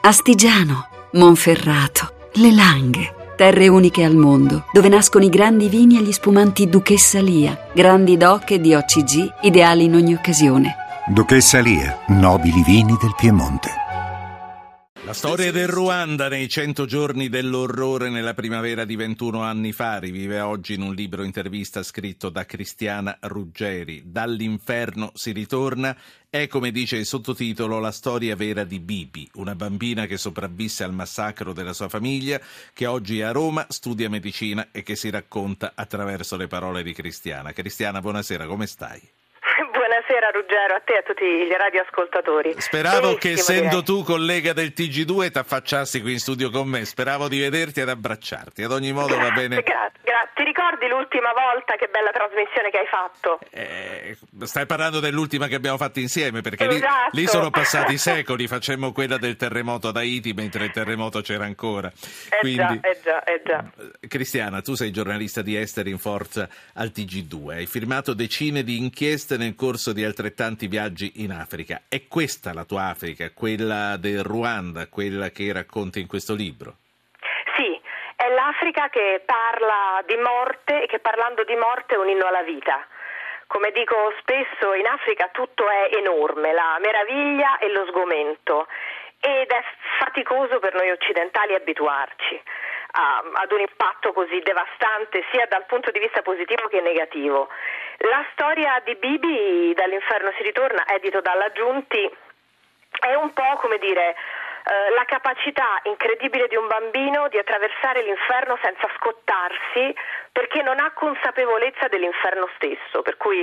Astigiano, Monferrato, Le Langhe, terre uniche al mondo, dove nascono i grandi vini e gli spumanti Duchessa Lia, grandi DOC e DOCG, ideali in ogni occasione. Duchessa Lia, nobili vini del Piemonte. La storia del Ruanda nei 100 giorni dell'orrore nella primavera di 21 anni fa rivive oggi in un libro intervista scritto da Cristiana Ruggeri. Dall'inferno si ritorna. È, come dice il sottotitolo, la storia vera di Bibi, una bambina che sopravvisse al massacro della sua famiglia, che oggi è a Roma, studia medicina e che si racconta attraverso le parole di Cristiana. Cristiana, buonasera, come stai? Buonasera Ruggero, a te e a tutti gli radioascoltatori. Speravo che, essendo direi. tu collega del TG2, ti affacciassi qui in studio con me. Speravo di vederti ed abbracciarti. Ad ogni modo va bene. Grazie. Ti ricordi l'ultima volta? Che bella trasmissione che hai fatto? Stai parlando dell'ultima che abbiamo fatto insieme, perché Esatto. lì sono passati secoli. Facemmo quella del terremoto ad Haiti mentre il terremoto c'era ancora. Quindi, già. Cristiana, tu sei giornalista di Esteri in Forza al TG2. Hai firmato decine di inchieste nel corso di altrettanti viaggi in Africa. È questa la tua Africa, quella del Ruanda, quella che racconti in questo libro? Sì, è l'Africa che parla di morte e che parlando di morte è un inno alla vita. Come dico spesso, in Africa tutto è enorme, la meraviglia e lo sgomento, ed è faticoso per noi occidentali abituarci ad un impatto così devastante sia dal punto di vista positivo che negativo. La storia di Bibi, Dall'inferno si ritorna, edito dalla Giunti, è un po' come dire la capacità incredibile di un bambino di attraversare l'inferno senza scottarsi, perché non ha consapevolezza dell'inferno stesso, per cui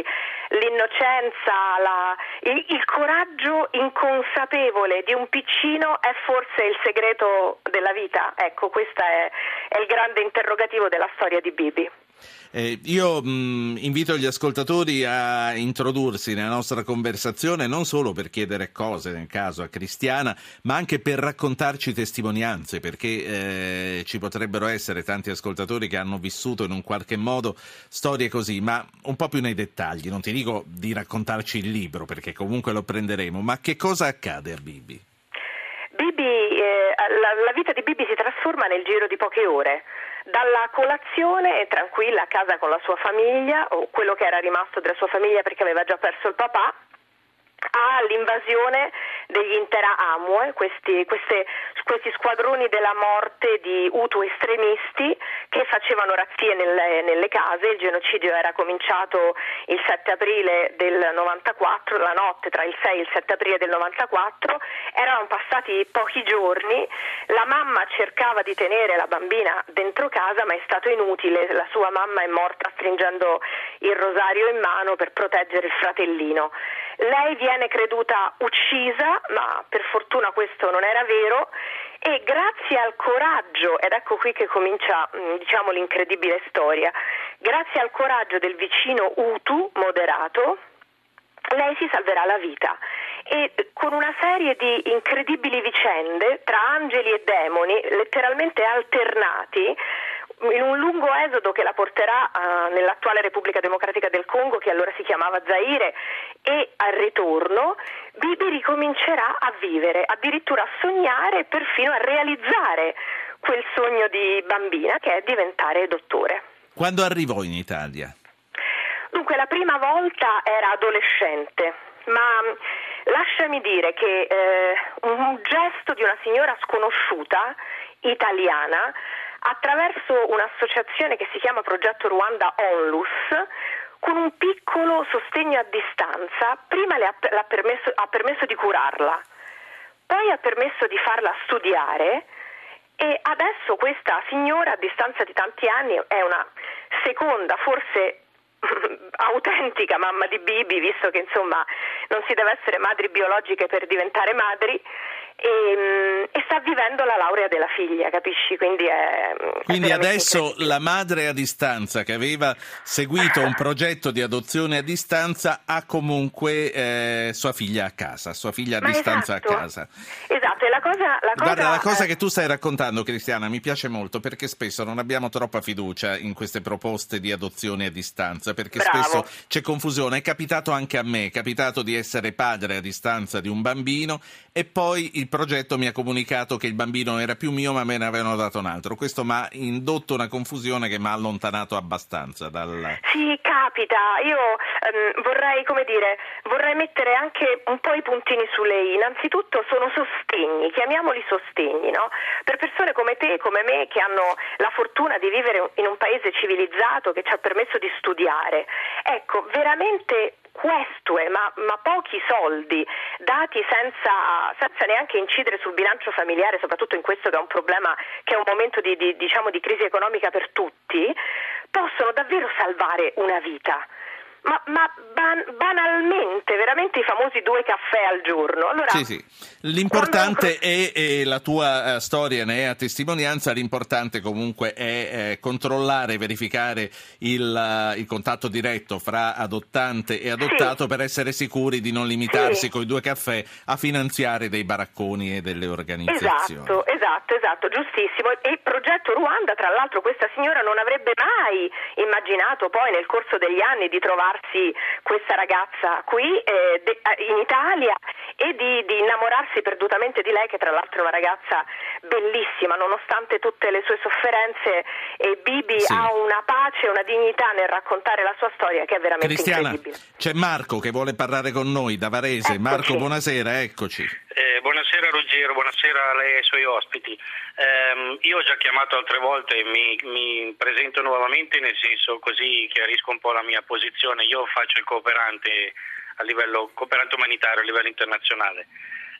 l'innocenza, il coraggio inconsapevole di un piccino è forse il segreto della vita. Ecco, questo è il grande interrogativo della storia di Bibi. Io invito gli ascoltatori a introdursi nella nostra conversazione non solo per chiedere cose nel caso a Cristiana, ma anche per raccontarci testimonianze, perché ci potrebbero essere tanti ascoltatori che hanno vissuto in un qualche modo storie così, ma un po' più nei dettagli. Non ti dico di raccontarci il libro, perché comunque lo prenderemo, ma che cosa accade a Bibi? La vita di Bibi si trasforma nel giro di poche ore. Dalla colazione tranquilla a casa con la sua famiglia, o quello che era rimasto della sua famiglia perché aveva già perso il papà, all'invasione degli Interahamwe, questi squadroni della morte di Hutu estremisti che facevano razzie nelle case. Il genocidio era cominciato il 7 aprile del 94, la notte tra il 6 e il 7 aprile del 94, erano passati pochi giorni, la mamma cercava di tenere la bambina dentro casa, ma è stato inutile, la sua mamma è morta stringendo il rosario in mano per proteggere il fratellino. Lei viene creduta uccisa, ma per fortuna questo non era vero, e grazie al coraggio, ed ecco qui che comincia l'incredibile storia, grazie al coraggio del vicino Hutu moderato, lei si salverà la vita, e con una serie di incredibili vicende tra angeli e demoni letteralmente alternati, in un lungo esodo che la porterà nell'attuale Repubblica Democratica del Congo, che allora si chiamava Zaire, e al ritorno Bibi ricomincerà a vivere, addirittura a sognare e perfino a realizzare quel sogno di bambina che è diventare dottore. Quando arrivò in Italia? Dunque, la prima volta era adolescente, ma lasciami dire che un gesto di una signora sconosciuta italiana, attraverso un'associazione che si chiama Progetto Ruanda Onlus, con un piccolo sostegno a distanza, prima ha permesso di curarla, poi ha permesso di farla studiare, e adesso questa signora, a distanza di tanti anni, è una seconda, forse autentica mamma di Bibi, visto che insomma non si deve essere madri biologiche per diventare madri, e sta vivendo vivendo la laurea della figlia, capisci? Quindi adesso la madre a distanza che aveva seguito un progetto di adozione a distanza ha comunque sua figlia a casa, sua figlia a distanza a casa. Esatto, e Guarda, la cosa che tu stai raccontando, Cristiana, mi piace molto, perché spesso non abbiamo troppa fiducia in queste proposte di adozione a distanza, perché spesso c'è confusione. È capitato anche a me, è capitato di essere padre a distanza di un bambino e poi il progetto mi ha comunicato che il bambino era più mio ma me ne avevano dato un altro. Questo mi ha indotto una confusione che mi ha allontanato abbastanza dal... Sì, capita. Io vorrei mettere anche un po' i puntini sulle i. Innanzitutto sono sostegni, chiamiamoli sostegni, no? Per persone come te e come me che hanno la fortuna di vivere in un paese civilizzato che ci ha permesso di studiare. Ecco, veramente questue, ma pochi soldi dati senza neanche incidere sul bilancio familiare, soprattutto in questo che è un problema, che è un momento di crisi economica per tutti, possono davvero salvare una vita. Ma banalmente, veramente i famosi 2 caffè al giorno. Allora, sì. L'importante è la tua storia, ne è a testimonianza. L'importante comunque è controllare, verificare il contatto diretto fra adottante e adottato, per essere sicuri di non limitarsi coi 2 caffè a finanziare dei baracconi e delle organizzazioni. Esatto, giustissimo. E il progetto Ruanda, tra l'altro, questa signora non avrebbe mai immaginato poi nel corso degli anni di trovarsi questa ragazza qui in Italia e di innamorarsi perdutamente di lei, che tra l'altro è una ragazza bellissima, nonostante tutte le sue sofferenze. E Bibi ha una pace, una dignità nel raccontare la sua storia che è veramente incredibile. C'è Marco che vuole parlare con noi da Varese. Eccoci. Marco, buonasera, eccoci. Buonasera Ruggero, buonasera a lei e ai suoi ospiti. Io ho già chiamato altre volte e mi presento nuovamente, nel senso, così chiarisco un po' la mia posizione. Io faccio il cooperante umanitario a livello internazionale.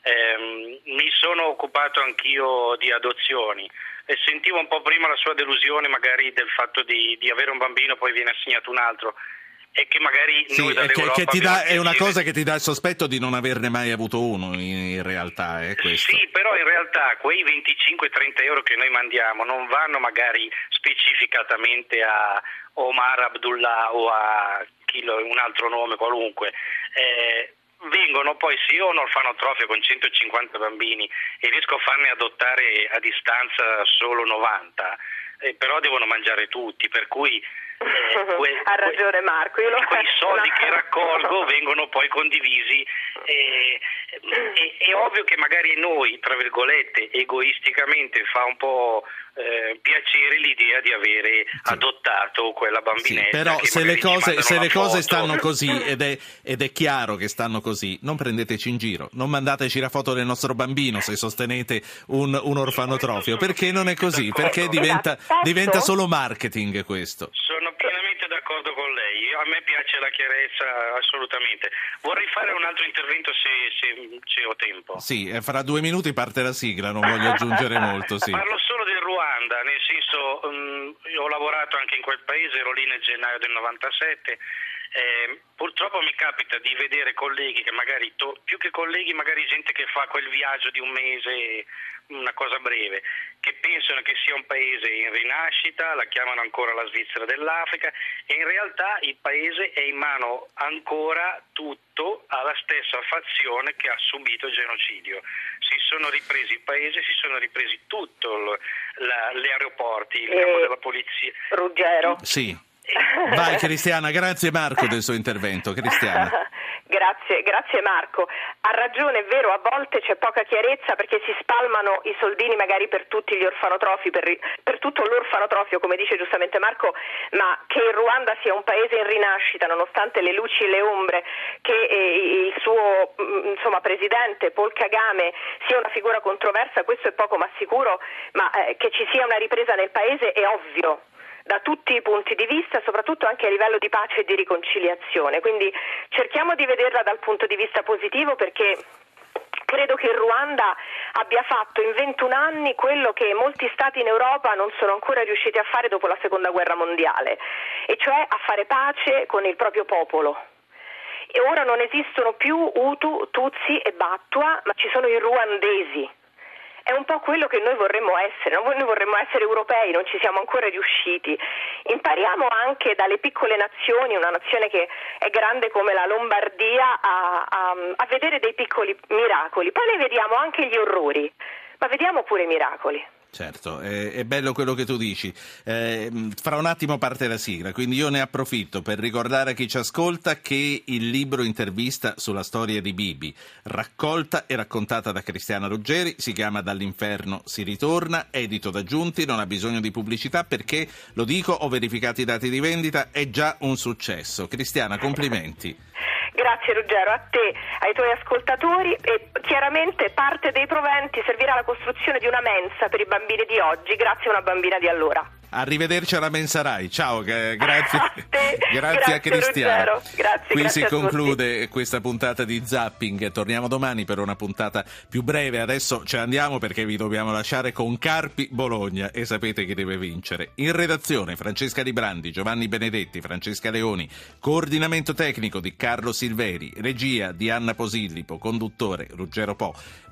Mi sono occupato anch'io di adozioni e sentivo un po' prima la sua delusione magari del fatto di avere un bambino poi viene assegnato un altro. E che magari noi dall'Europa è una cosa che ti dà il sospetto di non averne mai avuto uno in realtà, questo. Sì, però in realtà quei 25-30 euro che noi mandiamo non vanno magari specificatamente a Omar Abdullah o a un altro nome qualunque. Vengono poi, se io ho un orfanotrofio con 150 bambini e riesco a farne adottare a distanza solo 90, però devono mangiare tutti, per cui ha ragione Marco. Quei soldi che raccolgo vengono poi condivisi. È ovvio che magari noi, tra virgolette, egoisticamente fa un po' piacere l'idea di avere adottato quella bambinetta. Sì, però se le cose stanno così ed è chiaro che stanno così, non prendeteci in giro, non mandateci la foto del nostro bambino se sostenete un orfanotrofio, perché non è così, perché diventa solo marketing questo. Sono pienamente d'accordo con lei, a me piace la chiarezza assolutamente. Vorrei fare un altro intervento se ho tempo. Sì, fra 2 minuti parte la sigla, non voglio aggiungere molto. Sì. Parlo solo del Ruanda, nel senso, io ho lavorato anche in quel paese, ero lì nel gennaio del 97. Purtroppo mi capita di vedere colleghi che magari, più che colleghi, magari gente che fa quel viaggio di un mese, una cosa breve, che pensano che sia un paese in rinascita, la chiamano ancora la Svizzera dell'Africa, e in realtà il paese è in mano ancora tutto alla stessa fazione che ha subito il genocidio. Si sono ripresi il paese, si sono ripresi tutto, gli aeroporti, il capo della polizia. Ruggero. Sì. Vai Cristiana, grazie Marco del suo intervento. Cristiana. Grazie Marco. Ha ragione, è vero, a volte c'è poca chiarezza perché si spalmano i soldini magari per tutti gli orfanotrofi, per tutto l'orfanotrofio, come dice giustamente Marco, ma che il Ruanda sia un paese in rinascita nonostante le luci e le ombre, che il suo presidente Paul Kagame sia una figura controversa, questo è poco ma sicuro, ma che ci sia una ripresa nel paese è ovvio, da tutti i punti di vista, soprattutto anche a livello di pace e di riconciliazione. Quindi cerchiamo di vederla dal punto di vista positivo, perché credo che il Ruanda abbia fatto in 21 anni quello che molti stati in Europa non sono ancora riusciti a fare dopo la Seconda Guerra Mondiale, e cioè a fare pace con il proprio popolo. E ora non esistono più Hutu, Tutsi e Battua, ma ci sono i ruandesi. è un po' quello che noi vorremmo essere, no? Noi vorremmo essere europei, non ci siamo ancora riusciti. Impariamo anche dalle piccole nazioni, una nazione che è grande come la Lombardia, a vedere dei piccoli miracoli. Poi ne vediamo anche gli orrori, ma vediamo pure i miracoli. Certo, è bello quello che tu dici. Fra un attimo parte la sigla, quindi io ne approfitto per ricordare a chi ci ascolta che il libro intervista sulla storia di Bibi, raccolta e raccontata da Cristiana Ruggeri, si chiama Dall'inferno si ritorna, edito da Giunti, non ha bisogno di pubblicità perché, lo dico, ho verificato i dati di vendita, è già un successo. Cristiana, complimenti. Grazie Ruggero, a te, ai tuoi ascoltatori, e chiaramente parte dei proventi servirà alla costruzione di una mensa per i bambini di oggi, grazie a una bambina di allora. Arrivederci alla Mensa Rai, ciao, grazie, a te. grazie a Cristiana. Grazie, qui grazie si conclude questa puntata di Zapping, torniamo domani per una puntata più breve, adesso ce ne andiamo perché vi dobbiamo lasciare con Carpi Bologna e sapete chi deve vincere. In redazione Francesca Librandi, Giovanni Benedetti, Francesca Leoni, coordinamento tecnico di Carlo Silveri, regia di Anna Posillipo, conduttore Ruggero Po.